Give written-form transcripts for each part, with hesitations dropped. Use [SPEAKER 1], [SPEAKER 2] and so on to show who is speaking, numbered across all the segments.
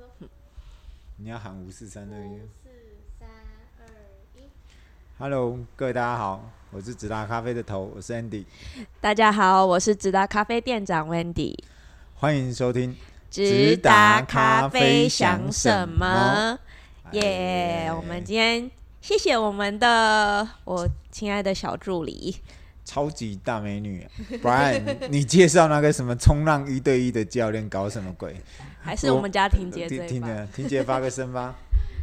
[SPEAKER 1] 你要喊5、4、3、2、1。5、4、3、2、
[SPEAKER 2] 1。
[SPEAKER 1] Hello， 各位大家好，我是直达咖啡的头，我是 Andy。
[SPEAKER 2] 大家好，我是直达咖啡店长 Wendy。
[SPEAKER 1] 欢迎收听
[SPEAKER 2] 直达咖啡想什么？耶！我们今天谢谢我们的亲爱的小助理。
[SPEAKER 1] 超级大美女Brian， 你介绍那个什么冲浪1对1的教练搞什么鬼？
[SPEAKER 2] 还是我们家婷姐这一把？
[SPEAKER 1] 婷姐发个声吧。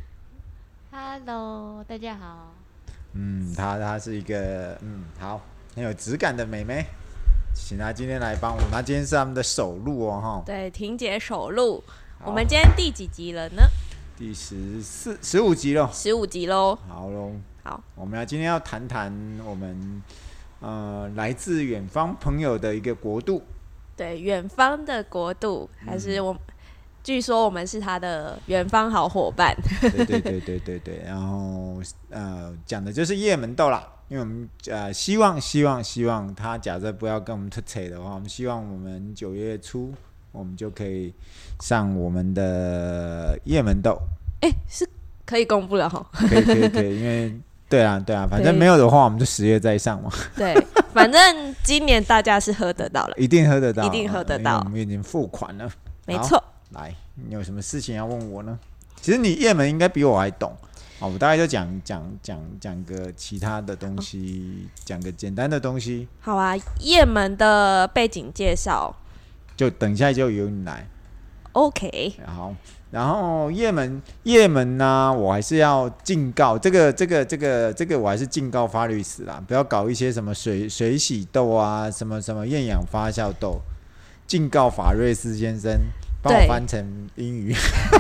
[SPEAKER 3] Hello， 大家好。
[SPEAKER 1] 她是一个好很有质感的妹妹，请她今天来帮我们。她今天是他们的首录哦，
[SPEAKER 2] 对，婷姐首录。我们今天第几集了呢？
[SPEAKER 1] 第15集咯。
[SPEAKER 2] 15集咯。
[SPEAKER 1] 好咯。
[SPEAKER 2] 好，
[SPEAKER 1] 我们今天要谈谈我们来自远方朋友的一个国度。对，
[SPEAKER 2] 远方的国度，还是据说我们是他的远方好伙伴。
[SPEAKER 1] 对，然后讲的就是叶门豆啦，因为我们希望他假设不要跟我们扯的话，我们希望我们9月初我们就可以上我们的叶门豆。
[SPEAKER 2] 是可以公布了齁。
[SPEAKER 1] 可以，因为对啊，反正没有的话，我们就10月再上嘛。
[SPEAKER 2] 对，反正今年大家是喝得到了，
[SPEAKER 1] 一定喝得到，
[SPEAKER 2] 因为
[SPEAKER 1] 我们已经付款了。
[SPEAKER 2] 没错。
[SPEAKER 1] 来，你有什么事情要问我呢？其实你叶门应该比我还懂。我大概就讲个其他的东西，讲个简单的东西。
[SPEAKER 2] 好啊，叶门的背景介绍，
[SPEAKER 1] 就等一下就由你来。
[SPEAKER 2] OK。
[SPEAKER 1] 好。然后叶门呢，我还是要警告这个我还是警告法律史啦，不要搞一些什么水洗豆啊，什么厌氧发酵豆，警告法瑞斯先生，帮我翻成英语。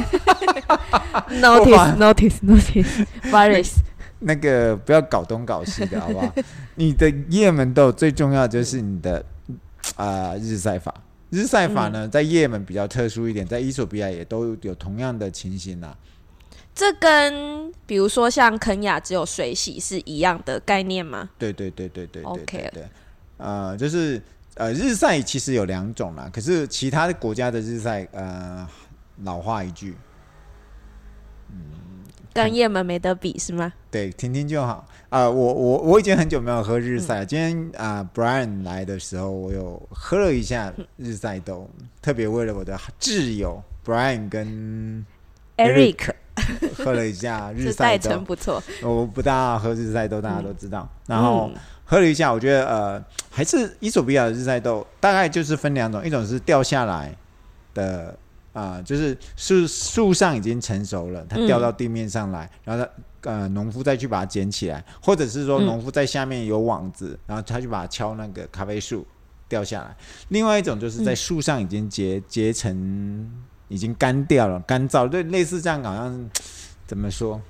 [SPEAKER 2] notice virus。
[SPEAKER 1] 那个不要搞东搞西的好不好？你的叶门豆最重要就是你的日晒法。日晒法呢，在叶门比较特殊一点，在伊索比亚也都有同样的情形啦。
[SPEAKER 2] 这跟比如说像肯亚只有水洗是一样的概念吗？
[SPEAKER 1] 对。
[SPEAKER 2] OK。
[SPEAKER 1] 就是日晒其实有2种啦，可是其他的国家的日晒老话一句，
[SPEAKER 2] 跟叶门没得比是吗？
[SPEAKER 1] 对，听听就好。我已经很久没有喝日晒了。今天Brian 来的时候，我有喝了一下日晒豆，特别为了我的挚友 Brian 跟 Eric 喝了一下日晒豆，
[SPEAKER 2] 真不错。
[SPEAKER 1] 我不大喝日晒豆，大家都知道。然后喝了一下，我觉得还是伊索比亚的日晒豆大概就是分2种，一种是掉下来的。就是树上已经成熟了，它掉到地面上来，然后农夫再去把它捡起来，或者是说农夫在下面有网子，然后他去把它敲那个咖啡树掉下来。另外一种就是在树上已经结成，已经干掉了，干燥，对，类似这样，好像怎么说？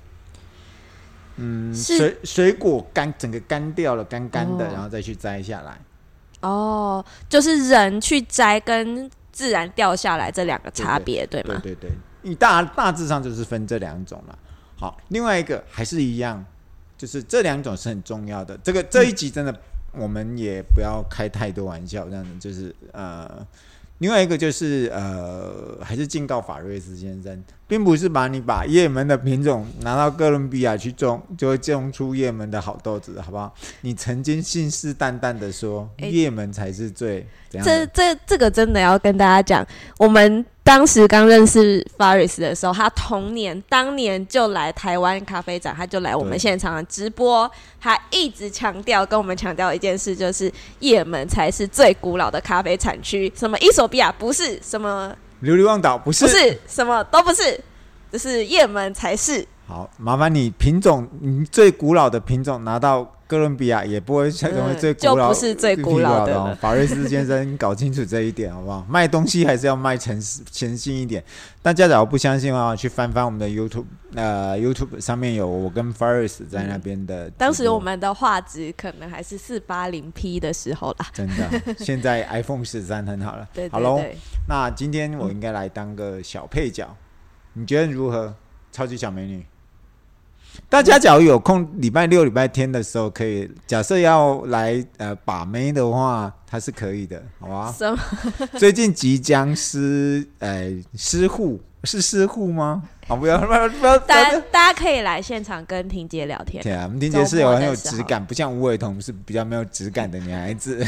[SPEAKER 1] 水果整个干掉了，干干的，然后再去摘下来。
[SPEAKER 2] 就是人去摘跟自然掉下来这2个差别， 对吗？
[SPEAKER 1] 对，你大致上就是分这2种了。好，另外一个还是一样，就是这2种是很重要的。这一集真的我们也不要开太多玩笑，这样子就是另外一个就是还是警告法瑞斯先生，并不是把叶门的品种拿到哥伦比亚去种，就会种出叶门的好豆子，好不好？你曾经信誓旦旦的说叶门才是最怎样的？
[SPEAKER 2] 这个真的要跟大家讲，我们当时刚认识 Faris 的时候，他当年就来台湾咖啡展，他就来我们现场的直播，他一直跟我们强调一件事，就是叶门才是最古老的咖啡产区，什么伊索比亚不是，什么
[SPEAKER 1] 琉璃旺岛不是
[SPEAKER 2] 什么都不是，就是叶门才是。
[SPEAKER 1] 好，麻烦你最古老的品种拿到哥伦比亚也不会成为最古老，
[SPEAKER 2] 就不是最古老的了。
[SPEAKER 1] 法瑞斯先生搞清楚这一点好不好？卖东西还是要卖诚信一点。大家假如不相信的话，去翻我们的 YouTube 上面有我跟 Faris 在那边的。
[SPEAKER 2] 当时我们的画质可能还是480p 的时候啦。
[SPEAKER 1] 真的，现在 iPhone 13很好了。
[SPEAKER 2] 对，
[SPEAKER 1] 好咯，那今天我应该来当个小配角，你觉得如何？超级小美女。大家假如有空，礼拜六、礼拜天的时候，可以假设要来把妹的话，它是可以的，好吧？
[SPEAKER 2] 什么？
[SPEAKER 1] 最近即将施护是师傅吗？好，不要，
[SPEAKER 2] 大家可以来现场跟婷姐聊天。
[SPEAKER 1] 对啊，我们婷姐是很有质感，不像吴伟彤是比较没有质感的女孩子。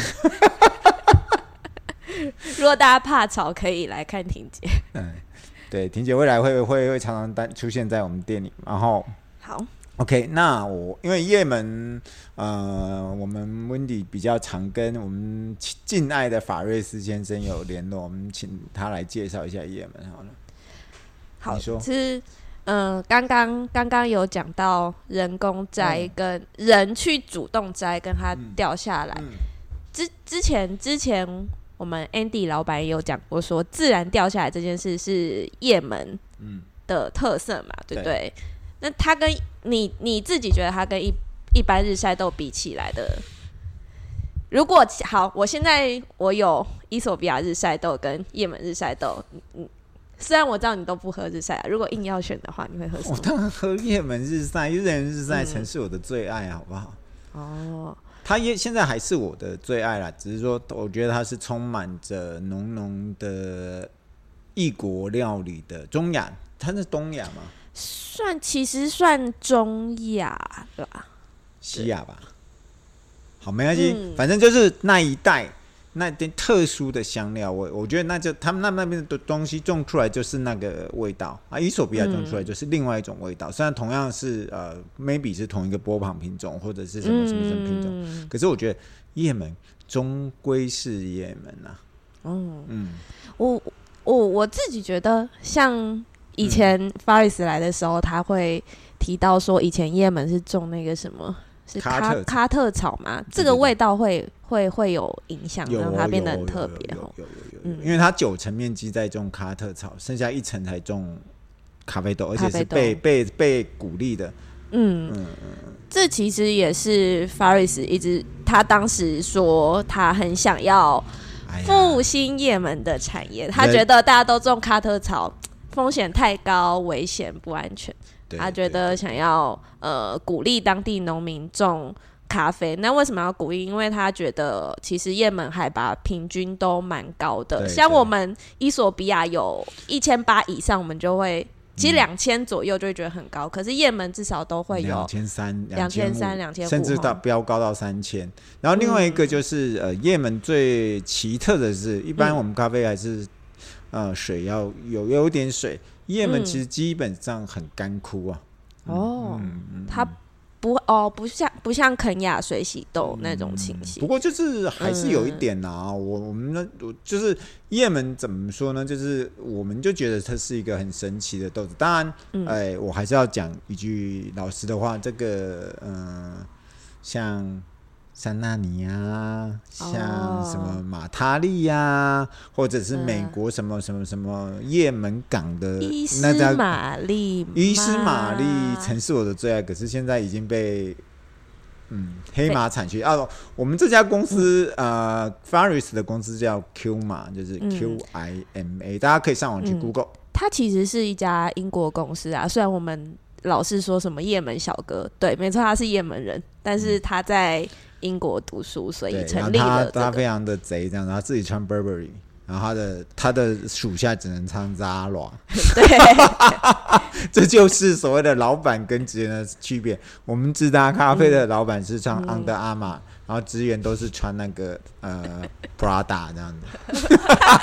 [SPEAKER 2] 如果大家怕吵，可以来看婷姐。
[SPEAKER 1] 对，婷姐未来会常常出现在我们店里，然后
[SPEAKER 2] 好。
[SPEAKER 1] OK， 那因为也门，我们 Wendy 比较常跟我们敬爱的法瑞斯先生有联络，我们请他来介绍一下也门好了。
[SPEAKER 2] 好，是刚刚有讲到人工摘跟人去主动摘，跟它掉下来。之前我们 Andy 老板也有讲过说，自然掉下来这件事是也门的特色嘛，对不对？那它跟你自己觉得它跟一般日晒豆比起来的，如果好，我有伊索比亚日晒豆跟也门日晒豆，虽然我知道你都不喝日晒，如果硬要选的话，你会喝什么？
[SPEAKER 1] 我当然喝也门日晒，也门日晒曾是我的最爱，好不好？哦，它现在还是我的最爱啦，只是说我觉得它是充满着浓浓的异国料理的中亚，它是东亚吗？
[SPEAKER 2] 其实算中亚吧，
[SPEAKER 1] 西亚吧。好，没关系，反正就是那一带那点特殊的香料味，我觉得那就他们那边的东西种出来就是那个味道啊。伊索比亚种出来就是另外一种味道，虽然同样是maybe 是同一个波旁品种或者是什么品种，可是我觉得也门终归是也门啊。
[SPEAKER 2] 我自己觉得像。以前 Faris 来的时候，他会提到说，以前也门是种那个什么，是喀特草嘛，这个味道会有影响，让它变得很特别。
[SPEAKER 1] 因为它9成面积在种喀特草，剩下1成才种咖啡豆，而且是被鼓励的。
[SPEAKER 2] 这其实也是 Faris 一直他当时说他很想要复兴也门的产业，他觉得大家都种喀特草。风险太高，危险不安全。他觉得想要鼓励当地农民种咖啡。那为什么要鼓励？因为他觉得其实也门海拔平均都蛮高的，像我们伊索比亚有1800以上，我们就会其实2000左右就会觉得很高，可是也门至少都会有
[SPEAKER 1] 2300、
[SPEAKER 2] 2500，
[SPEAKER 1] 甚至到飙高到3000。然后另外一个就是也门最奇特的是，一般我们咖啡还是。水要有点水，也门其实基本上很干枯啊。
[SPEAKER 2] 它不像肯亚水洗豆那种情形。
[SPEAKER 1] 不过就是还是有一点啊，我们就是也门怎么说呢？就是我们就觉得它是一个很神奇的豆子。当然，我还是要讲一句老实的话，这个像。山纳尼啊，像什么马他利啊，或者是美国什么也门港的
[SPEAKER 2] 伊斯玛利
[SPEAKER 1] 曾是我的最爱，可是现在已经被黑马产区我们这家公司Faris 的公司叫 Q 马，就是 QIMA，大家可以上网去 Google。
[SPEAKER 2] 它其实是一家英国公司啊，虽然我们老是说什么也门小哥，对，没错，他是也门人，但是他在英国读书，所以成立了
[SPEAKER 1] 他非常的贼，这样，然后自己穿 Burberry， 然后他的属下只能穿 Zara， 对，这就是所谓的老板跟职员的区别。我们直达咖啡的老板是穿 Under Armour，然后职员都是穿那个Prada 这样子。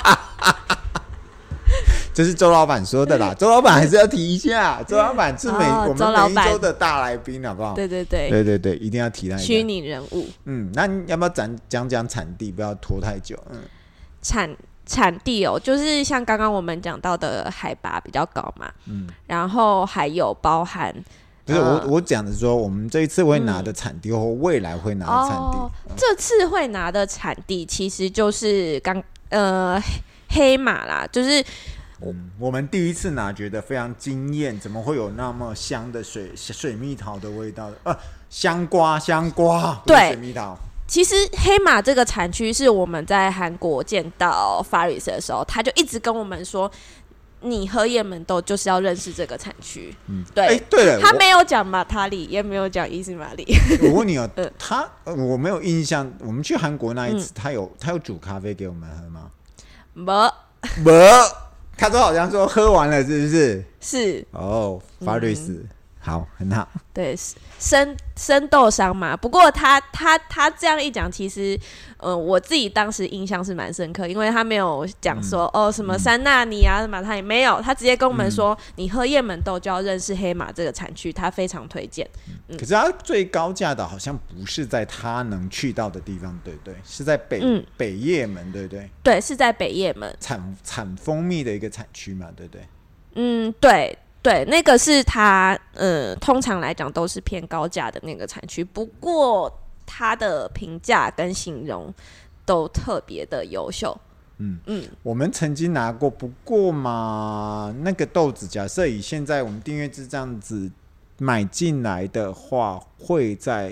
[SPEAKER 1] 这是周老板说的啦，周老板还是要提一下，周老板是我们每一周的大来宾，好不好？
[SPEAKER 2] 对，
[SPEAKER 1] 一定要提他一下。
[SPEAKER 2] 虚拟人物。
[SPEAKER 1] 那你要不要讲产地，不要拖太久？
[SPEAKER 2] 产地就是像刚刚我们讲到的海拔比较高嘛，然后还有包含。
[SPEAKER 1] 不是我讲的是说，我们这一次会拿的产地或未来会拿的产地。
[SPEAKER 2] 这次会拿的产地其实就是黑马啦，就是。
[SPEAKER 1] 我们第一次拿觉得非常惊艳，怎么会有那么香的水蜜桃的味道？香瓜，对，水蜜桃。
[SPEAKER 2] 其实黑马这个产区是我们在韩国见到 Faris 的时候，他就一直跟我们说，你喝也门豆就是要认识这个产区。对，
[SPEAKER 1] 对了，
[SPEAKER 2] 他没有讲马他利，也没有讲伊斯玛利。
[SPEAKER 1] 我问你我没有印象，我们去韩国那一次，他有煮咖啡给我们喝吗？
[SPEAKER 2] 没。
[SPEAKER 1] 他都好像说喝完了，是不是？
[SPEAKER 2] 是
[SPEAKER 1] 哦，法律斯，好，很好。
[SPEAKER 2] 对，生豆商嘛。不过他这样一讲，其实我自己当时印象是蛮深刻，因为他没有讲说、什么三纳尼啊什么，他也没有，他直接跟我们说，你喝叶门豆就要认识黑马这个产区，他非常推荐。
[SPEAKER 1] 可是他最高价的好像不是在他能去到的地方，对不对？是在北叶门，对不对？
[SPEAKER 2] 对，是在北叶门
[SPEAKER 1] 产蜂蜜的一个产区嘛，对不对？
[SPEAKER 2] 对，那个是它，通常来讲都是偏高价的那个产区，不过它的评价跟形容都特别的优秀。
[SPEAKER 1] 我们曾经拿过，不过嘛，那个豆子，假设以现在我们订阅制这样子买进来的话，会在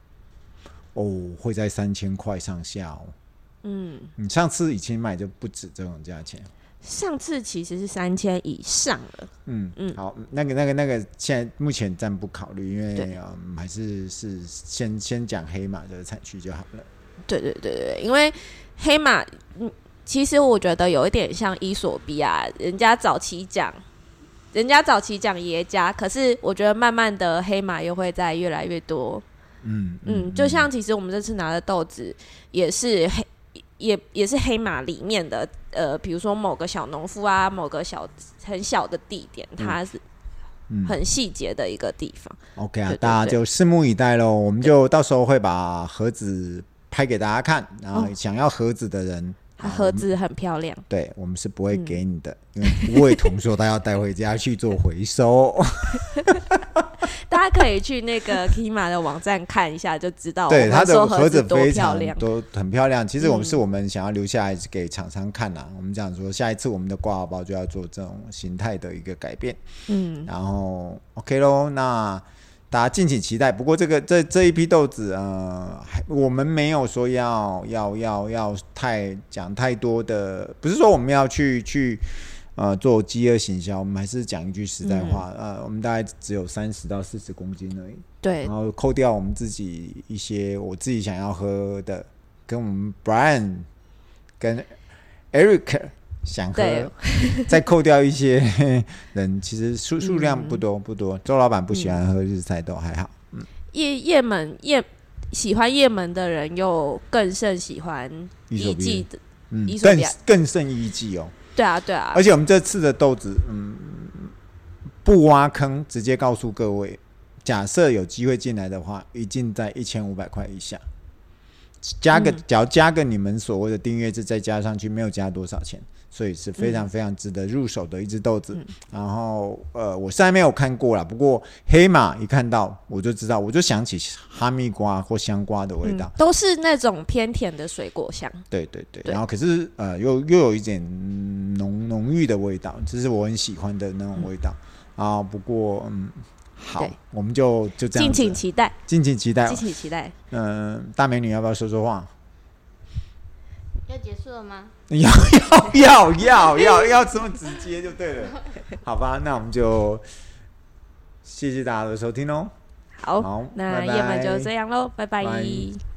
[SPEAKER 1] 3000块上下哦。你上次以前买就不止这种价钱。
[SPEAKER 2] 上次其实是3000以上了。
[SPEAKER 1] 好，那个，现在目前暂不考虑，因为还是先讲黑马的产区就好了。
[SPEAKER 2] 对，因为黑马，其实我觉得有一点像伊索比亚，人家早期讲耶加，可是我觉得慢慢的黑马又会再越来越多。就像其实我们这次拿的豆子也是也是黑马里面的，比如说某个小农夫啊，某个很小的地点，它是很细节的一个地方。
[SPEAKER 1] OK 啊，大家就拭目以待咯。我们就到时候会把盒子拍给大家看，然后想要盒子的人，
[SPEAKER 2] 它盒子很漂亮。
[SPEAKER 1] 对，我们是不会给你的，因为吴伟彤说他要带回家去做回收。
[SPEAKER 2] 大家可以去那个 Kima 的网站看一下，就知道。
[SPEAKER 1] 对，它的
[SPEAKER 2] 盒
[SPEAKER 1] 子
[SPEAKER 2] 多
[SPEAKER 1] 非常
[SPEAKER 2] 漂亮，
[SPEAKER 1] 都很漂亮。其实我们想要留下来给厂商看啦。我们讲说，下一次我们的挂包就要做这种形态的一个改变。然后 OK 咯，那大家敬请期待。不过这一批豆子，我们没有说要讲太多的，不是说我们要去做饥饿行销，我们还是讲一句实在话，我们大概只有30到40公斤而已。
[SPEAKER 2] 对，
[SPEAKER 1] 然后扣掉我们自己一些我自己想要喝的，跟我们 Brian 跟 Eric 想喝，再扣掉一些人，其实数量不多。周老板不喜欢喝日晒豆，还好。
[SPEAKER 2] 喜欢叶门的人又更甚喜欢艺妓的，
[SPEAKER 1] 更胜艺妓哦。
[SPEAKER 2] 对啊，
[SPEAKER 1] 而且我们这次的豆子，不挖坑，直接告诉各位，假设有机会进来的话，一定在1500块以下。只要加个你们所谓的订阅制，再加上去，没有加多少钱，所以是非常非常值得入手的一只豆子。然后我虽然没有看过啦，不过黑马一看到我就知道，我就想起哈密瓜或香瓜的味道，
[SPEAKER 2] 都是那种偏甜的水果香。
[SPEAKER 1] 对，然后可是又有一点浓郁的味道，这是我很喜欢的那种味道啊。不过好，我们就这样子，敬请期待。大美女要不要说说话？
[SPEAKER 3] 要结束了吗？
[SPEAKER 1] 要这么直接就对了。好吧，那我们就谢谢大家的收听喽。
[SPEAKER 2] 好，那叶门就这样喽，拜拜。